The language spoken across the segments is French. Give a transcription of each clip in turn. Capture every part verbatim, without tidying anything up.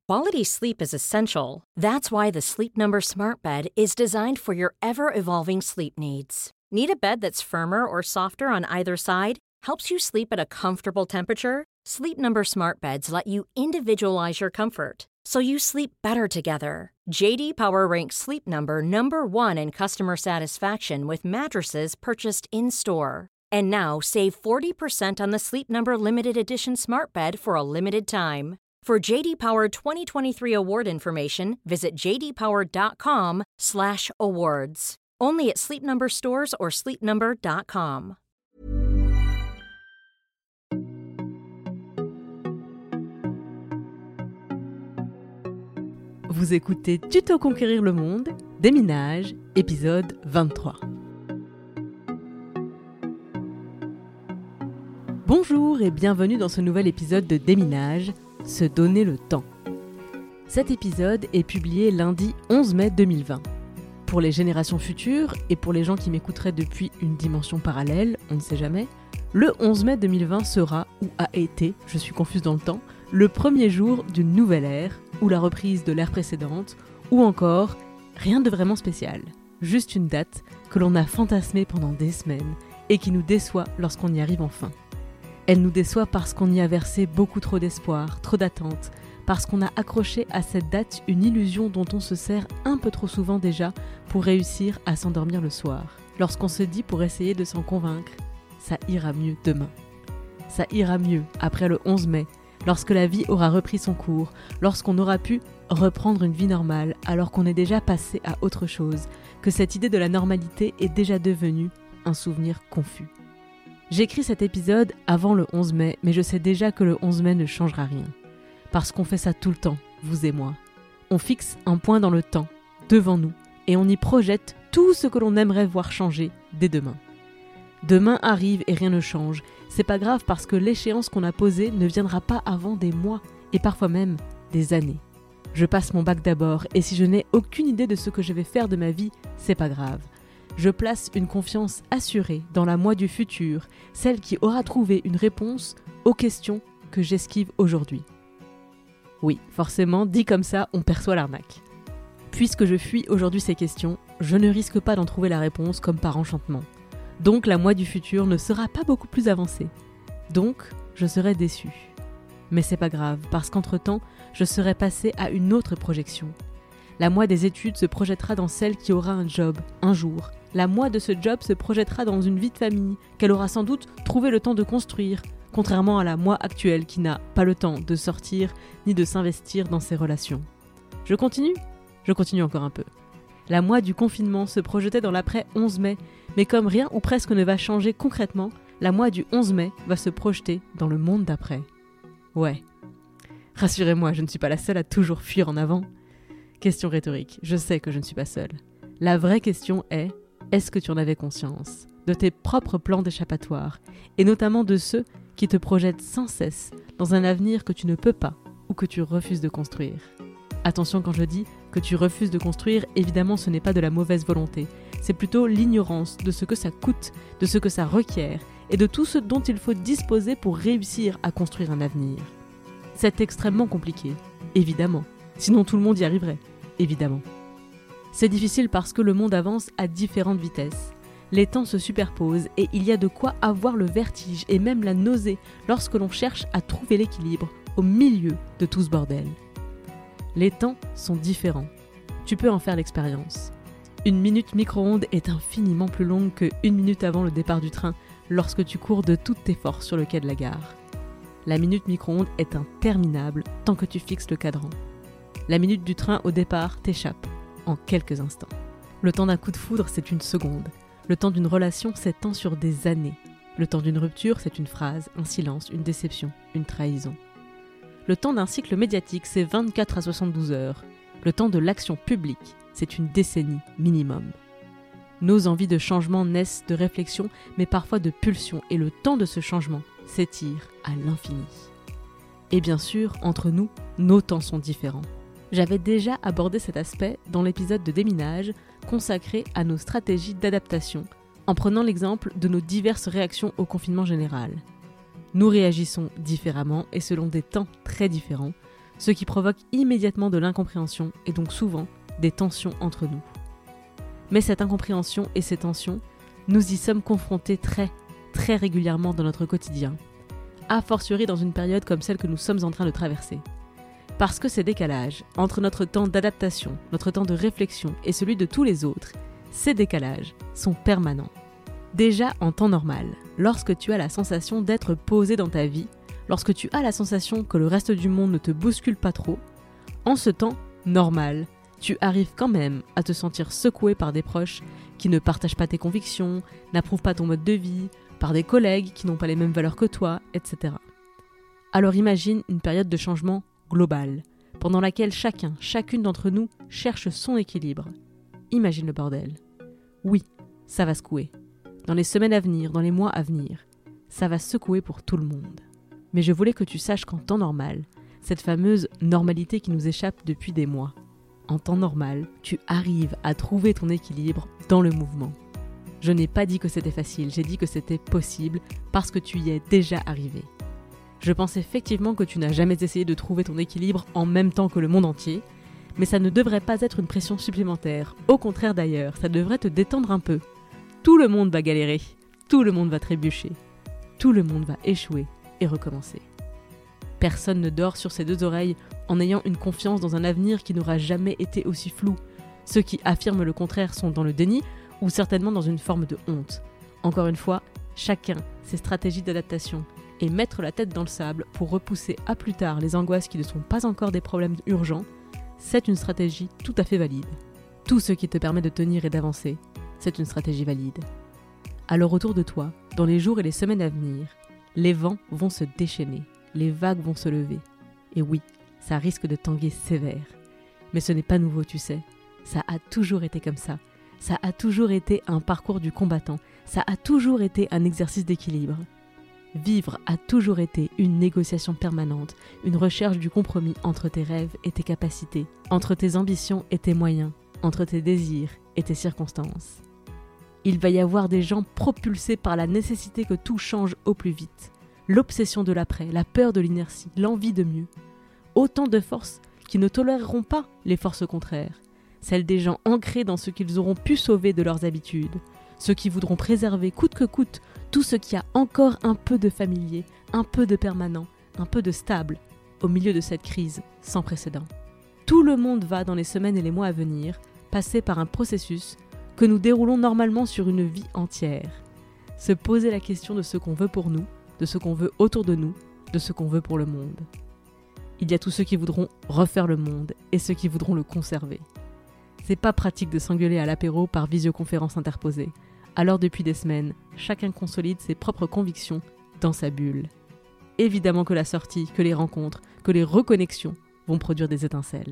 Quality sleep is essential. That's why the Sleep Number Smart Bed is designed for your ever-evolving sleep needs. Need a bed that's firmer or softer on either side? Helps you sleep at a comfortable temperature? Sleep Number Smart Beds let you individualize your comfort, so you sleep better together. J D Power ranks Sleep Number number one in customer satisfaction with mattresses purchased in-store. And now, save forty percent on the Sleep Number Limited Edition Smart Bed for a limited time. For J D Power twenty twenty-three award information, visit j d power dot com slash awards. Only at Sleep Number stores or sleep number dot com. Vous écoutez Tuto Conquérir le Monde, Déminage, épisode vingt-trois. Bonjour et bienvenue dans ce nouvel épisode de Déminage, se donner le temps. Cet épisode est publié lundi onze mai deux mille vingt. Pour les générations futures et pour les gens qui m'écouteraient depuis une dimension parallèle, on ne sait jamais, le onze mai deux mille vingt sera, ou a été, je suis confuse dans le temps, le premier jour d'une nouvelle ère, ou la reprise de l'ère précédente, ou encore rien de vraiment spécial. Juste une date que l'on a fantasmée pendant des semaines et qui nous déçoit lorsqu'on y arrive enfin. Elle nous déçoit parce qu'on y a versé beaucoup trop d'espoir, trop d'attentes, parce qu'on a accroché à cette date une illusion dont on se sert un peu trop souvent déjà pour réussir à s'endormir le soir. Lorsqu'on se dit pour essayer de s'en convaincre, ça ira mieux demain. Ça ira mieux après le onze mai, lorsque la vie aura repris son cours, lorsqu'on aura pu reprendre une vie normale alors qu'on est déjà passé à autre chose, que cette idée de la normalité est déjà devenue un souvenir confus. J'écris cet épisode avant le onze mai, mais je sais déjà que le onze mai ne changera rien. Parce qu'on fait ça tout le temps, vous et moi. On fixe un point dans le temps, devant nous, et on y projette tout ce que l'on aimerait voir changer dès demain. Demain arrive et rien ne change. C'est pas grave parce que l'échéance qu'on a posée ne viendra pas avant des mois, et parfois même des années. Je passe mon bac d'abord, et si je n'ai aucune idée de ce que je vais faire de ma vie, c'est pas grave. Je place une confiance assurée dans la moi du futur, celle qui aura trouvé une réponse aux questions que j'esquive aujourd'hui. Oui, forcément, dit comme ça, on perçoit l'arnaque. Puisque je fuis aujourd'hui ces questions, je ne risque pas d'en trouver la réponse comme par enchantement. Donc la moi du futur ne sera pas beaucoup plus avancée. Donc, je serai déçue. Mais c'est pas grave, parce qu'entre-temps, je serai passée à une autre projection. La moi des études se projettera dans celle qui aura un job, un jour. La moi de ce job se projettera dans une vie de famille, qu'elle aura sans doute trouvé le temps de construire, contrairement à la moi actuelle qui n'a pas le temps de sortir ni de s'investir dans ses relations. Je continue ? Je continue encore un peu. La moi du confinement se projetait dans l'après onze mai, mais comme rien ou presque ne va changer concrètement, la moi du onze mai va se projeter dans le monde d'après. Ouais. Rassurez-moi, je ne suis pas la seule à toujours fuir en avant. Question rhétorique, je sais que je ne suis pas seule. La vraie question est, est-ce que tu en avais conscience de tes propres plans d'échappatoire, et notamment de ceux qui te projettent sans cesse dans un avenir que tu ne peux pas ou que tu refuses de construire. Attention, quand je dis que tu refuses de construire, évidemment ce n'est pas de la mauvaise volonté, c'est plutôt l'ignorance de ce que ça coûte, de ce que ça requiert, et de tout ce dont il faut disposer pour réussir à construire un avenir. C'est extrêmement compliqué, évidemment, sinon tout le monde y arriverait, évidemment. C'est difficile parce que le monde avance à différentes vitesses. Les temps se superposent et il y a de quoi avoir le vertige et même la nausée lorsque l'on cherche à trouver l'équilibre au milieu de tout ce bordel. Les temps sont différents. Tu peux en faire l'expérience. Une minute micro-ondes est infiniment plus longue que une minute avant le départ du train lorsque tu cours de toutes tes forces sur le quai de la gare. La minute micro-ondes est interminable tant que tu fixes le cadran. La minute du train au départ t'échappe en quelques instants. Le temps d'un coup de foudre, c'est une seconde. Le temps d'une relation s'étend sur des années. Le temps d'une rupture, c'est une phrase, un silence, une déception, une trahison. Le temps d'un cycle médiatique, c'est vingt-quatre à soixante-douze heures. Le temps de l'action publique, c'est une décennie minimum. Nos envies de changement naissent de réflexion, mais parfois de pulsion, et le temps de ce changement s'étire à l'infini. Et bien sûr, entre nous, nos temps sont différents. J'avais déjà abordé cet aspect dans l'épisode de Déminage consacré à nos stratégies d'adaptation, en prenant l'exemple de nos diverses réactions au confinement général. Nous réagissons différemment et selon des temps très différents, ce qui provoque immédiatement de l'incompréhension et donc souvent des tensions entre nous. Mais cette incompréhension et ces tensions, nous y sommes confrontés très, très régulièrement dans notre quotidien, a fortiori dans une période comme celle que nous sommes en train de traverser. Parce que ces décalages entre notre temps d'adaptation, notre temps de réflexion et celui de tous les autres, ces décalages sont permanents. Déjà en temps normal, lorsque tu as la sensation d'être posé dans ta vie, lorsque tu as la sensation que le reste du monde ne te bouscule pas trop, en ce temps normal, tu arrives quand même à te sentir secoué par des proches qui ne partagent pas tes convictions, n'approuvent pas ton mode de vie, par des collègues qui n'ont pas les mêmes valeurs que toi, et cetera. Alors imagine une période de changement global, pendant laquelle chacun, chacune d'entre nous cherche son équilibre. Imagine le bordel. Oui, ça va secouer. Dans les semaines à venir, dans les mois à venir, ça va secouer pour tout le monde. Mais je voulais que tu saches qu'en temps normal, cette fameuse normalité qui nous échappe depuis des mois, en temps normal, tu arrives à trouver ton équilibre dans le mouvement. Je n'ai pas dit que c'était facile, j'ai dit que c'était possible parce que tu y es déjà arrivé. Je pense effectivement que tu n'as jamais essayé de trouver ton équilibre en même temps que le monde entier, mais ça ne devrait pas être une pression supplémentaire. Au contraire d'ailleurs, ça devrait te détendre un peu. Tout le monde va galérer, tout le monde va trébucher, tout le monde va échouer et recommencer. Personne ne dort sur ses deux oreilles en ayant une confiance dans un avenir qui n'aura jamais été aussi flou. Ceux qui affirment le contraire sont dans le déni ou certainement dans une forme de honte. Encore une fois, chacun ses stratégies d'adaptation et mettre la tête dans le sable pour repousser à plus tard les angoisses qui ne sont pas encore des problèmes urgents, c'est une stratégie tout à fait valide. Tout ce qui te permet de tenir et d'avancer, c'est une stratégie valide. Alors autour de toi, dans les jours et les semaines à venir, les vents vont se déchaîner, les vagues vont se lever. Et oui, ça risque de tanguer sévère. Mais ce n'est pas nouveau, tu sais. Ça a toujours été comme ça. Ça a toujours été un parcours du combattant. Ça a toujours été un exercice d'équilibre. Vivre a toujours été une négociation permanente, une recherche du compromis entre tes rêves et tes capacités, entre tes ambitions et tes moyens, entre tes désirs et tes circonstances. Il va y avoir des gens propulsés par la nécessité que tout change au plus vite, l'obsession de l'après, la peur de l'inertie, l'envie de mieux. Autant de forces qui ne toléreront pas les forces contraires, celles des gens ancrés dans ce qu'ils auront pu sauver de leurs habitudes, ceux qui voudront préserver coûte que coûte tout ce qui a encore un peu de familier, un peu de permanent, un peu de stable, au milieu de cette crise sans précédent. Tout le monde va, dans les semaines et les mois à venir, passer par un processus que nous déroulons normalement sur une vie entière. Se poser la question de ce qu'on veut pour nous, de ce qu'on veut autour de nous, de ce qu'on veut pour le monde. Il y a tous ceux qui voudront refaire le monde et ceux qui voudront le conserver. C'est pas pratique de s'engueuler à l'apéro par visioconférence interposée. Alors depuis des semaines, chacun consolide ses propres convictions dans sa bulle. Évidemment que la sortie, que les rencontres, que les reconnexions vont produire des étincelles.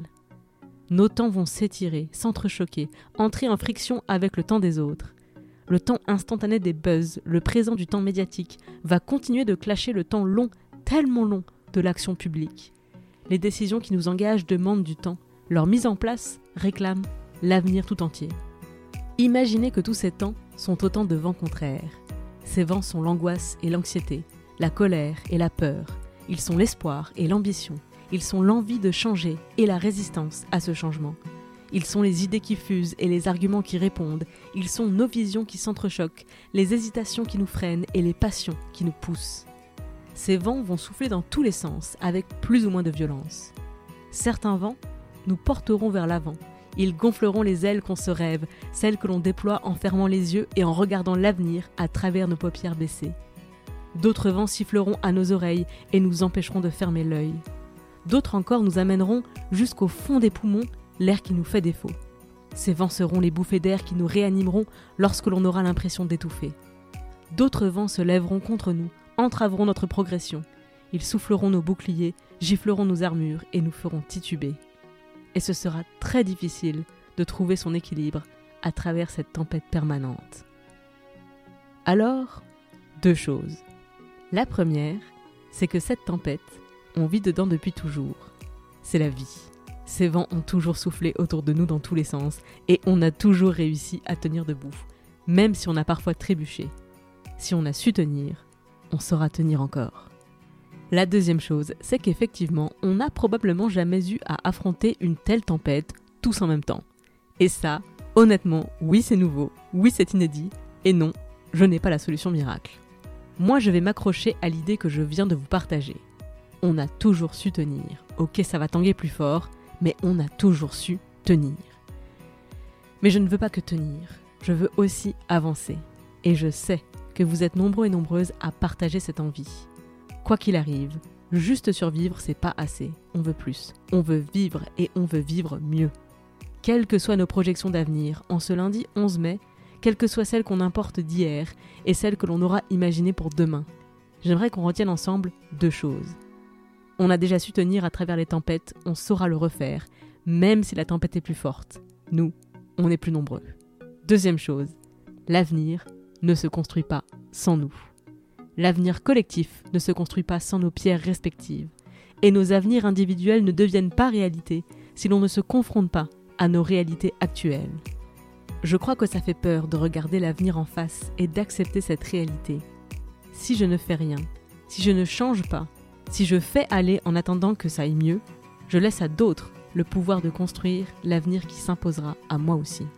Nos temps vont s'étirer, s'entrechoquer, entrer en friction avec le temps des autres. Le temps instantané des buzz, le présent du temps médiatique, va continuer de clasher le temps long, tellement long, de l'action publique. Les décisions qui nous engagent demandent du temps. Leur mise en place réclame l'avenir tout entier. Imaginez que tous ces temps sont autant de vents contraires. Ces vents sont l'angoisse et l'anxiété, la colère et la peur. Ils sont l'espoir et l'ambition. Ils sont l'envie de changer et la résistance à ce changement. Ils sont les idées qui fusent et les arguments qui répondent. Ils sont nos visions qui s'entrechoquent, les hésitations qui nous freinent et les passions qui nous poussent. Ces vents vont souffler dans tous les sens, avec plus ou moins de violence. Certains vents nous porteront vers l'avant. Ils gonfleront les ailes qu'on se rêve, celles que l'on déploie en fermant les yeux et en regardant l'avenir à travers nos paupières baissées. D'autres vents siffleront à nos oreilles et nous empêcheront de fermer l'œil. D'autres encore nous amèneront jusqu'au fond des poumons l'air qui nous fait défaut. Ces vents seront les bouffées d'air qui nous réanimeront lorsque l'on aura l'impression d'étouffer. D'autres vents se lèveront contre nous, entraveront notre progression. Ils souffleront nos boucliers, gifleront nos armures et nous feront tituber. Et ce sera très difficile de trouver son équilibre à travers cette tempête permanente. Alors, deux choses. La première, c'est que cette tempête, on vit dedans depuis toujours. C'est la vie. Ces vents ont toujours soufflé autour de nous dans tous les sens et on a toujours réussi à tenir debout, même si on a parfois trébuché. Si on a su tenir, on saura tenir encore. La deuxième chose, c'est qu'effectivement, on n'a probablement jamais eu à affronter une telle tempête tous en même temps. Et ça, honnêtement, oui c'est nouveau, oui c'est inédit, et non, je n'ai pas la solution miracle. Moi je vais m'accrocher à l'idée que je viens de vous partager. On a toujours su tenir. Ok, ça va tanguer plus fort, mais on a toujours su tenir. Mais je ne veux pas que tenir, je veux aussi avancer. Et je sais que vous êtes nombreux et nombreuses à partager cette envie. Quoi qu'il arrive, juste survivre, c'est pas assez. On veut plus. On veut vivre et on veut vivre mieux. Quelles que soient nos projections d'avenir, en ce lundi onze mai, quelles que soient celles qu'on importe d'hier et celles que l'on aura imaginées pour demain, j'aimerais qu'on retienne ensemble deux choses. On a déjà su tenir à travers les tempêtes, on saura le refaire, même si la tempête est plus forte. Nous, on est plus nombreux. Deuxième chose, l'avenir ne se construit pas sans nous. L'avenir collectif ne se construit pas sans nos pierres respectives. Et nos avenirs individuels ne deviennent pas réalité si l'on ne se confronte pas à nos réalités actuelles. Je crois que ça fait peur de regarder l'avenir en face et d'accepter cette réalité. Si je ne fais rien, si je ne change pas, si je fais aller en attendant que ça aille mieux, je laisse à d'autres le pouvoir de construire l'avenir qui s'imposera à moi aussi.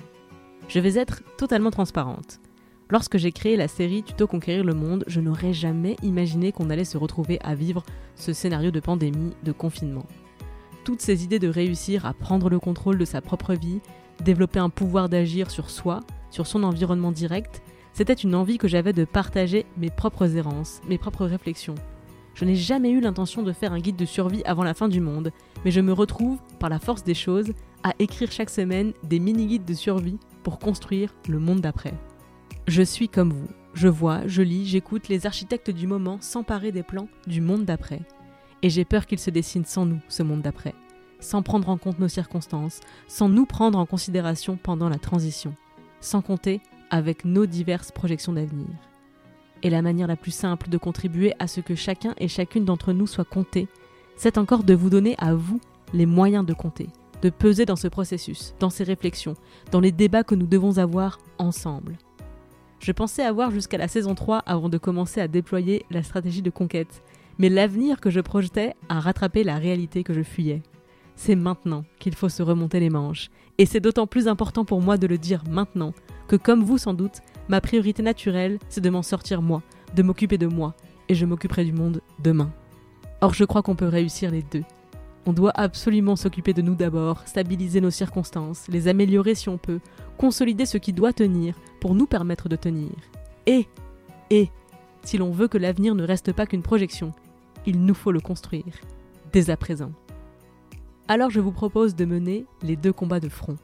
Je vais être totalement transparente. Lorsque j'ai créé la série Tuto Conquérir le Monde, je n'aurais jamais imaginé qu'on allait se retrouver à vivre ce scénario de pandémie, de confinement. Toutes ces idées de réussir à prendre le contrôle de sa propre vie, développer un pouvoir d'agir sur soi, sur son environnement direct, c'était une envie que j'avais de partager mes propres errances, mes propres réflexions. Je n'ai jamais eu l'intention de faire un guide de survie avant la fin du monde, mais je me retrouve, par la force des choses, à écrire chaque semaine des mini-guides de survie pour construire le monde d'après. Je suis comme vous, je vois, je lis, j'écoute les architectes du moment s'emparer des plans du monde d'après. Et j'ai peur qu'il se dessine sans nous, ce monde d'après, sans prendre en compte nos circonstances, sans nous prendre en considération pendant la transition, sans compter avec nos diverses projections d'avenir. Et la manière la plus simple de contribuer à ce que chacun et chacune d'entre nous soit compté, c'est encore de vous donner à vous les moyens de compter, de peser dans ce processus, dans ces réflexions, dans les débats que nous devons avoir ensemble. Je pensais avoir jusqu'à la saison trois avant de commencer à déployer la stratégie de conquête, mais l'avenir que je projetais a rattrapé la réalité que je fuyais. C'est maintenant qu'il faut se remonter les manches, et c'est d'autant plus important pour moi de le dire maintenant, que comme vous sans doute, ma priorité naturelle, c'est de m'en sortir moi, de m'occuper de moi, et je m'occuperai du monde demain. Or je crois qu'on peut réussir les deux. On doit absolument s'occuper de nous d'abord, stabiliser nos circonstances, les améliorer si on peut, consolider ce qui doit tenir pour nous permettre de tenir. Et, et, si l'on veut que l'avenir ne reste pas qu'une projection, il nous faut le construire, dès à présent. Alors je vous propose de mener les deux combats de front.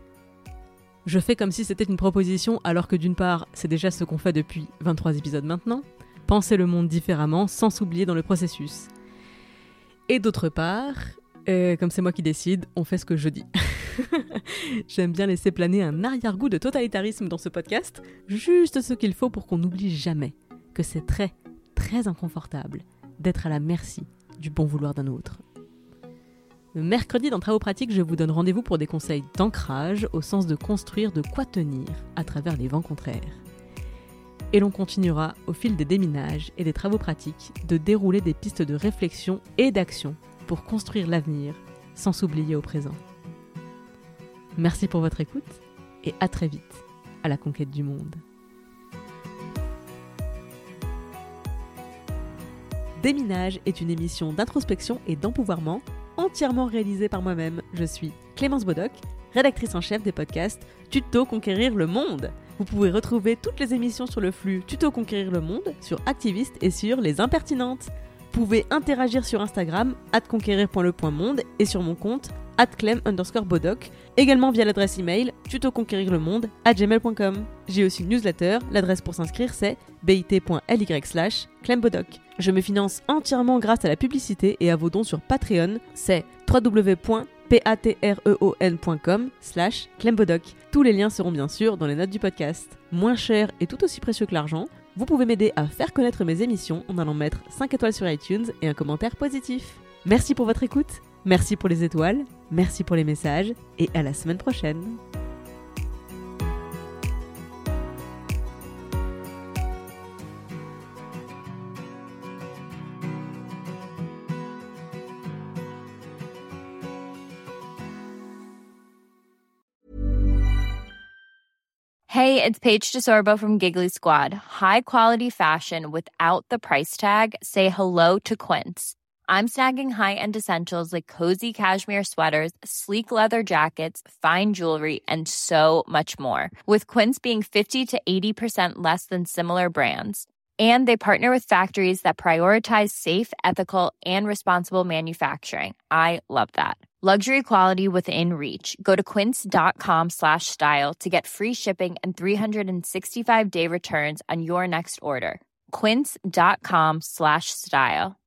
Je fais comme si c'était une proposition alors que d'une part, c'est déjà ce qu'on fait depuis vingt-trois épisodes maintenant, penser le monde différemment sans s'oublier dans le processus. Et d'autre part, euh, comme c'est moi qui décide, on fait ce que je dis. J'aime bien laisser planer un arrière-goût de totalitarisme dans ce podcast, juste ce qu'il faut pour qu'on n'oublie jamais que c'est très, très inconfortable d'être à la merci du bon vouloir d'un autre. Le mercredi dans Travaux pratiques, je vous donne rendez-vous pour des conseils d'ancrage au sens de construire de quoi tenir à travers les vents contraires. Et l'on continuera, au fil des déminages et des travaux pratiques, de dérouler des pistes de réflexion et d'action pour construire l'avenir sans s'oublier au présent. Merci pour votre écoute et à très vite à la conquête du monde. Déminage est une émission d'introspection et d'empouvoirment entièrement réalisée par moi-même. Je suis Clémence Bodoc, rédactrice en chef des podcasts Tuto Conquérir le Monde. Vous pouvez retrouver toutes les émissions sur le flux Tuto Conquérir le Monde, sur Activiste et sur Les Impertinentes. Vous pouvez interagir sur Instagram, arobase conquérir point le point monde et sur mon compte, arobase clem underscore bodoc, également via l'adresse email tutoconquérirlemonde arobase gmail point com. J'ai aussi une newsletter, l'adresse pour s'inscrire c'est bit.ly slash clembodoc. Je me finance entièrement grâce à la publicité et à vos dons sur Patreon, c'est www.patreon.com slash clembodoc. Tous les liens seront bien sûr dans les notes du podcast. Moins cher et tout aussi précieux que l'argent, vous pouvez m'aider à faire connaître mes émissions en allant mettre cinq étoiles sur iTunes et un commentaire positif. Merci pour votre écoute, merci pour les étoiles, merci pour les messages et à la semaine prochaine. Hey, it's Paige DeSorbo from Giggly Squad. High quality fashion without the price tag. Say hello to Quince. I'm snagging high-end essentials like cozy cashmere sweaters, sleek leather jackets, fine jewelry, and so much more. With Quince being fifty to eighty percent less than similar brands. And they partner with factories that prioritize safe, ethical, and responsible manufacturing. I love that. Luxury quality within reach. Go to quince.com slash style to get free shipping and three sixty-five day returns on your next order. Quince.com slash style.